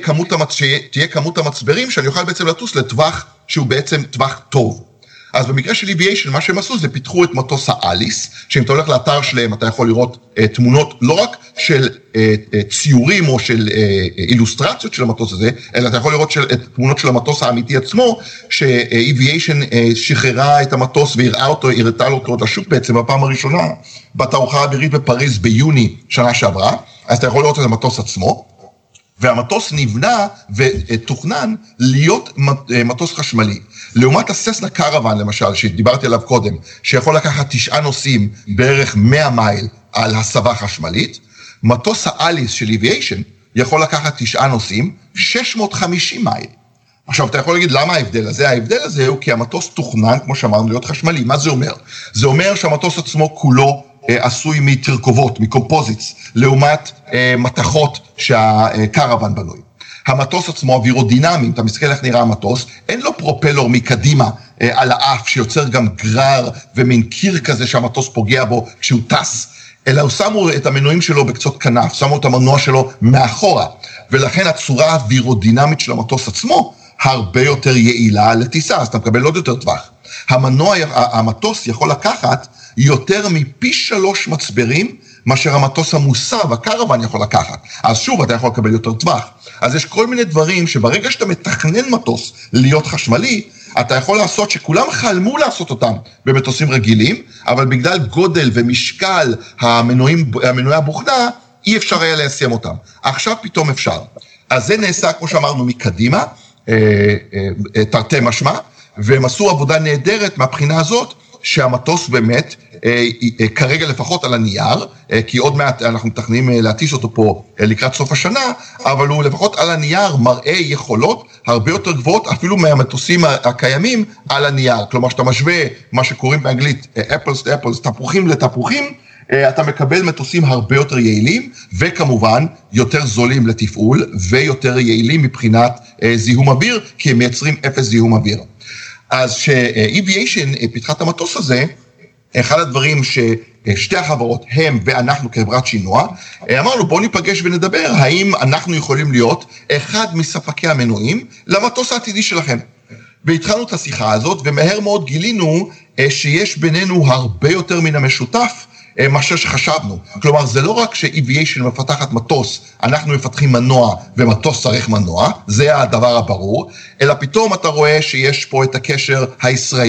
כמות המצברים שאני אוכל בעצם לטוס לטווח שהוא בעצם טווח טוב. אז במקרה של אביישן, מה שהם עשו זה פיתחו את מטוס האליס, שאם אתה הולך לאתר שלהם, אתה יכול לראות תמונות לא רק של ציורים או של אילוסטרציות של המטוס הזה, אלא אתה יכול לראות תמונות של המטוס האמיתי עצמו, שאביישן שחררה את המטוס והראתה אותו לשוק בעצם בפעם הראשונה, בתערוכה האווירית בפריז ביוני שנה שעברה, אז אתה יכול לראות את המטוס עצמו, והמטוס נבנה ותוכנן להיות מטוס חשמלי. לעומת הססנה קרוון למשל, שדיברתי עליו קודם, שיכול לקחת 9 נוסעים בערך 100 מייל על הסבה חשמלית, מטוס האליס של אביישן יכול לקחת 9 נוסעים 650 מייל. עכשיו אתה יכול להגיד למה ההבדל הזה? ההבדל הזה הוא כי המטוס תוכנן, כמו שאמרנו, להיות חשמלי. מה זה אומר? זה אומר שהמטוס עצמו כולו עשוי מתרכובות, מקומפוזיטס, לעומת מתכות שהקרוון בנוי. המטוס עצמו אווירודינמי, אתה מסתכל איך נראה המטוס, אין לו פרופלור מקדימה על האף, שיוצר גם גרר ומין קיר כזה שהמטוס פוגע בו כשהוא טס, אלא הוא שמו את המנועים שלו בקצות כנף, שמו את המנוע שלו מאחורה, ולכן הצורה האווירודינמית של המטוס עצמו, הרבה יותר יעילה לטיסה, אז אתה מקבל עוד יותר טווח. המטוס יכול לקחת יותר מפי 3 מצברים, מאשר המטוס המוסב, הקרוון יכול לקחת. אז שוב, אתה יכול לקבל יותר טווח. אז יש כל מיני דברים שברגע שאתה מתכנן מטוס להיות חשמלי, אתה יכול לעשות שכולם חלמו לעשות אותם במטוסים רגילים, אבל בגלל גודל ומשקל המנועי הבוכנה, אי אפשר היה ליישם אותם. עכשיו פתאום אפשר. אז זה נעשה, כמו שאמרנו, מקדימה, תרתי משמע, והם עשו עבודה נהדרת מהבחינה הזאת, שהמטוס באמת, כרגע לפחות על הנייר, כי עוד מעט אנחנו מתכננים להטיס אותו פה לקראת סוף השנה, אבל הוא לפחות על הנייר מראה יכולות הרבה יותר גבוהות, אפילו מהמטוסים הקיימים על הנייר. כלומר, שאתה משווה מה שקוראים באנגלית apples to apples, תפוחים לתפוחים, אתה מקבל מטוסים הרבה יותר יעילים, וכמובן יותר זולים לתפעול, ויותר יעילים מבחינת זיהום אוויר, כי הם מייצרים 0 זיהום אוויר. אז שאביישן פיתחה את המטוס הזה, אחד הדברים ששתי החברות, הם ואנחנו כחברת שינוע, אמרנו בואו ניפגש ונדבר, האם אנחנו יכולים להיות אחד מספקי המנועים למטוס העתידי שלכם. והתחלנו את השיחה הזאת, ומהר מאוד גילינו שיש בינינו הרבה יותר מן המשותף, מאשר שחשבנו. כלומר, זה לא רק שאביישן מפתחת מטוס, אנחנו מפתחים מנוע, ומטוס צריך מנוע, זה הדבר הברור, אלא פתאום אתה רואה שיש פה את הקשר הישראלי.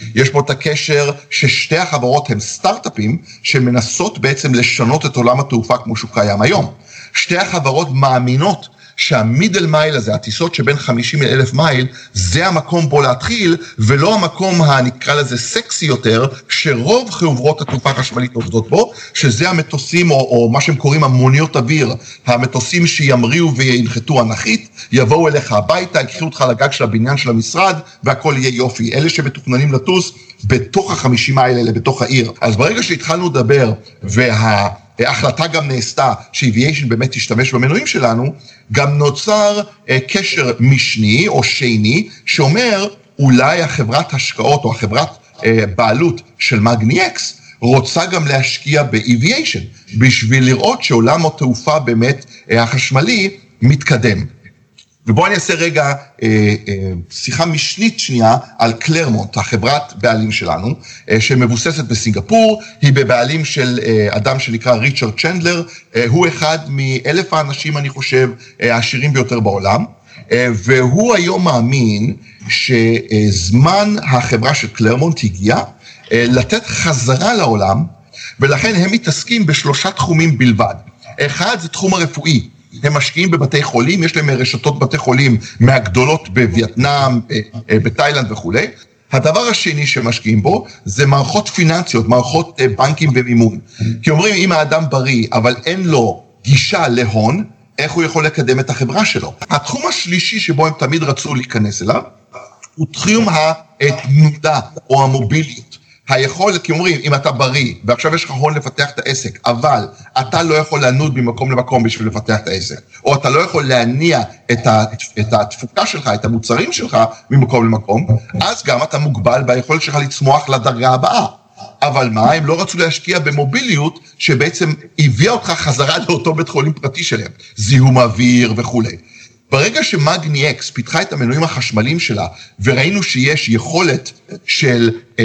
יש פה את הקשר ששתי החברות הן סטארט-אפים שמנסות בעצם לשנות את עולם התעופה כמו שהוא קיים היום. שתי החברות מאמינות שהמידל מייל הזה, הטיסות שבין 50 ל-1,000 מייל, זה המקום בו להתחיל, ולא המקום הנקרא לזה סקסי יותר, שרוב חברות התעופה החשמלית עובדות בו, שזה המטוסים, או מה שהם קוראים המוניות אוויר, המטוסים שימריאו וינחתו אנכית, יבואו אליך הביתה, יקחו אותך לגג של הבניין של המשרד, והכל יהיה יופי. אלה שמתוכננים לטוס בתוך ה-50 מייל האלה, בתוך העיר. אז ברגע שהתחלנו לדבר, ההחלטה גם נעשתה שאביאיישן באמת תשתמש במנועים שלנו, גם נוצר קשר משני או שני, שאומר אולי החברת השקעות או החברת בעלות של מגני-אקס, רוצה גם להשקיע באביאיישן, בשביל לראות שעולם התעופה באמת החשמלי מתקדם. ובואו אני אעשה רגע שיחה משנית שנייה על קלרמונט, החברת בעלים שלנו, שמבוססת בסינגפור, היא בבעלים של אדם שנקרא ריצ'רד צ'נדלר, הוא אחד מ1,000 האנשים, אני חושב, העשירים ביותר בעולם, והוא היום מאמין שזמן החברה של קלרמונט הגיע לתת חזרה לעולם, ולכן הם מתעסקים בשלושה תחומים בלבד. אחד זה תחום הרפואי, הם משקיעים בבתי חולים, יש להם רשתות בתי חולים מהגדולות בווייטנאם, בתאילנד וכו'. הדבר השני שמשקיעים בו זה מערכות פיננסיות, מערכות בנקים ומימון. כי אומרים, אם האדם בריא, אבל אין לו גישה להון, איך הוא יכול לקדם את החברה שלו? התחום השלישי שבו הם תמיד רצו להיכנס אליו, הוא תחום התנודה או המוביליות. היכולת, כי אומרים, אם אתה בריא, ועכשיו יש לך הון לפתח את העסק, אבל אתה לא יכול לנוד ממקום למקום בשביל לפתח את העסק, או אתה לא יכול להניע את התפוקה שלך, את המוצרים שלך ממקום למקום, אז גם אתה מוגבל ביכולת שלך לצמוח לדרגה הבאה. אבל מה? הם לא רצו להשקיע במוביליות, שבעצם הביאה אותך חזרה לאותו בית חולים פרטי שלהם, זיהום אוויר וכו'. ברגע שמגני-אקס פיתחה את המנועים החשמליים שלה, וראינו שיש יכולת של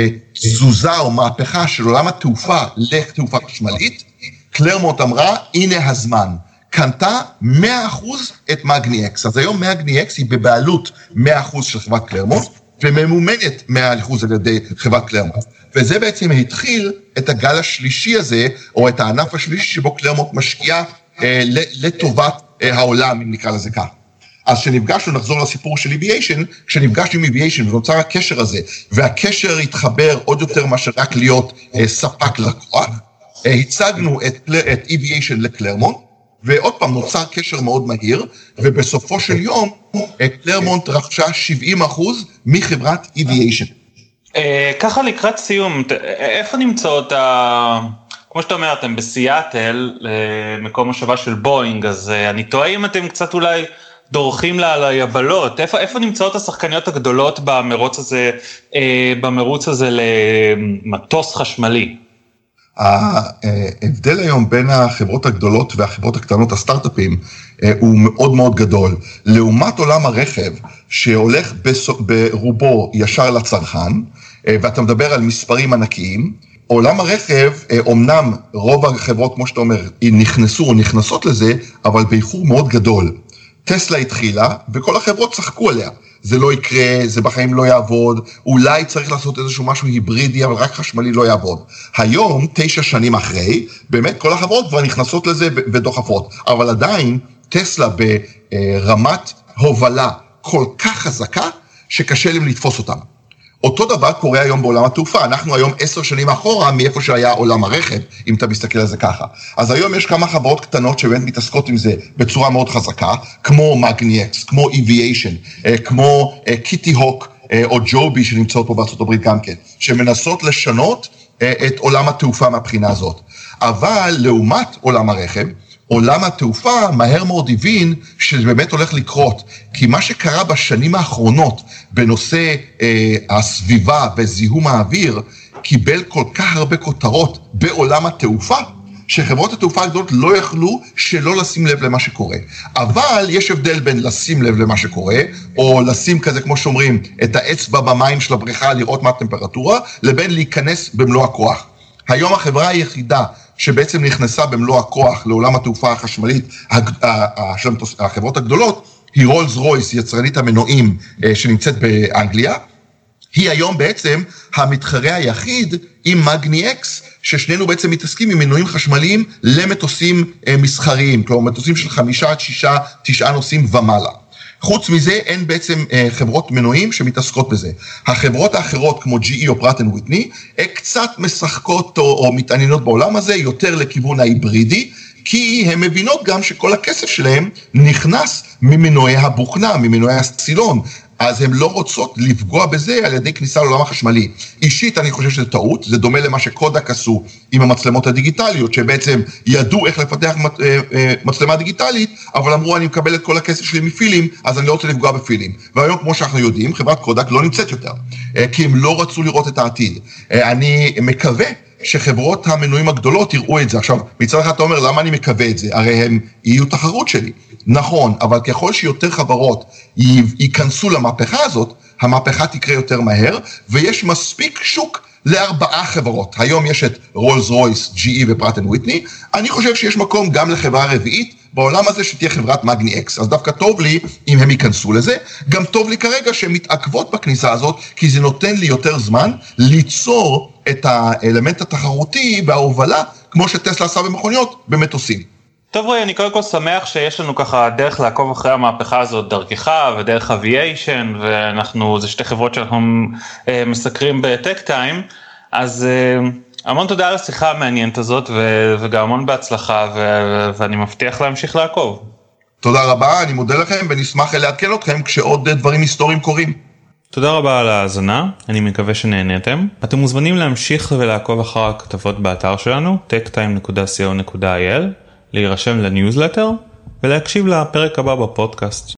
תזוזה או מהפכה של עולם התעופה לתעופה חשמלית, קלרמונט אמרה, הנה הזמן. קנתה 100% את מגני-אקס. אז היום מגני-אקס היא בבעלות 100% של חברת קלרמונט, וממומנת 100% על ידי חברת קלרמונט. וזה בעצם התחיל את הגל השלישי הזה, או את הענף השלישי שבו קלרמונט משקיעה לטובת העולם, אם נקרא לזה כך. אז כשנפגשנו, נחזור לסיפור של אביאיישן, כשנפגשנו עם אביאיישן ונוצר הקשר הזה, והקשר התחבר עוד יותר מאשר רק להיות ספק לקוח, הצגנו את אביאיישן לקלרמונט, ועוד פעם נוצר קשר מאוד מהיר, ובסופו של יום, קלרמונט רכשה 70% מחברת אביאיישן. ככה לקראת סיום, איפה נמצאות כמו שאתה אומר, אתם בסיאטל, מקום מושבה של בואינג, אז אני טועה אם אתם קצת אולי דורכים לה ליבלות, איפה נמצאות השחקניות הגדולות במרוץ הזה למטוס חשמלי? ההבדל היום בין החברות הגדולות והחברות הקטנות, הסטארט-אפים, הוא מאוד מאוד גדול. לעומת עולם הרכב, שהולך ברובו ישר לצרכן, ואתה מדבר על מספרים ענקיים, עולם הרכב, אומנם רוב החברות, כמו שאתה אומר, נכנסו או נכנסות לזה, אבל באיחור מאוד גדול. טסלה התחילה, וכל החברות צחקו עליה. זה לא יקרה, זה בחיים לא יעבוד, אולי צריך לעשות איזשהו משהו היברידי, אבל רק חשמלי לא יעבוד. היום, 9 שנים אחרי, באמת כל החברות כבר נכנסות לזה ודוחפות. אבל עדיין, טסלה ברמת הובלה כל כך חזקה, שקשה להם לתפוס אותם. אותו דבר קורה היום בעולם התעופה, אנחנו היום 10 שנים אחורה מאיפה שהיה עולם הרכב, אם אתה מסתכל על זה ככה. אז היום יש כמה חברות קטנות שבאמת מתעסקות עם זה בצורה מאוד חזקה, כמו מגני-אקס, כמו אביאיישן, כמו קיטי הוק או ג'ובי שנמצאות פה בארצות הברית גם כן, שמנסות לשנות את עולם התעופה מהבחינה הזאת. אבל לעומת עולם הרכב, עולם התעופה מהר מאוד הבין שזה באמת הולך לקרות, כי מה שקרה בשנים האחרונות בנושא הסביבה וזיהום האוויר, קיבל כל כך הרבה כותרות בעולם התעופה, שחברות התעופה הגדולות לא יכלו שלא לשים לב למה שקורה. אבל יש הבדל בין לשים לב למה שקורה, או לשים כזה כמו שאומרים, את האצבע במים של הבריכה לראות מה הטמפרטורה, לבין להיכנס במלוא הכוח. היום החברה היחידה שבעצם נכנסה במלוא הכוח לעולם התעופה החשמלית, החברות הגדולות, היא רולס רויס, יצרנית המנועים שנמצאת באנגליה, היא היום בעצם המתחרה היחיד עם מגני אקס, ששנינו בעצם מתעסקים עם מנועים חשמליים למטוסים מסחריים, כלומר מטוסים של 5 עד 6, 9 נוסעים ומעלה. חוץ מזה אין בעצם חברות מנועים שמתעסקות בזה. החברות האחרות כמו GE או פראט אנד ויטני, קצת משחקות או מתעניינות בעולם הזה, יותר לכיוון ההיברידי, כי הן מבינות גם שכל הכסף שלהם נכנס ממנועי הבוכנה, ממנועי הסילון, אז הן לא רוצות לפגוע בזה על ידי כניסה לעולם החשמלי. אישית אני חושב שזה טעות, זה דומה למה שקודק עשו עם המצלמות הדיגיטליות, שבעצם ידעו איך לפתח מצלמה דיגיטלית, אבל אמרו אני מקבל את כל הכסף שלי מפילים, אז אני לא רוצה לפגוע בפילים. והיום כמו שאנחנו יודעים, חברת קודק לא נמצאת יותר, כי הם לא רצו לראות את העתיד. אני מקווה שחברות המנועים הגדולות יראו את זה. עכשיו, מצד אחד אתה אומר, למה אני מקווה את זה? הרי הם יהיו תחרות שלי. נכון, אבל ככל שיותר חברות ייכנסו למהפכה הזאת, המהפכה תקרה יותר מהר, ויש מספיק שוק ל4 חברות. היום יש את רולס רויס, GE ופראט אנד ויטני. אני חושב שיש מקום גם לחברה רביעית, בעולם הזה שתהיה חברת מגני אקס. אז דווקא טוב לי אם הם ייכנסו לזה, גם טוב לי כרגע שהן מתעכבות בכניסה הזאת, כי זה נותן לי יותר זמן ליצור את האלמנט התחרותי וההובלה, כמו שטסלה עשה במכוניות, במטוסים. טוב רועי, אני קודם כל שמח שיש לנו ככה דרך לעקוב אחרי המהפכה הזאת, דרכך ודרך אביישן, זה 2 חברות שאנחנו מסקרים בטק טיים, אז המון תודה על השיחה המעניינת הזאת, וגם המון בהצלחה, ואני מבטיח להמשיך לעקוב. תודה רבה, אני מודה לכם, ונשמח לעדכן אתכם כשעוד דברים היסטוריים קורים. תודה רבה על ההאזנה, אני מקווה שנהנתם. אתם מוזמנים להמשיך ולעקוב אחר הכתבות באתר שלנו, techtime.co.il, להירשם לניוזלטר, ולהקשיב לפרק הבא בפודקאסט.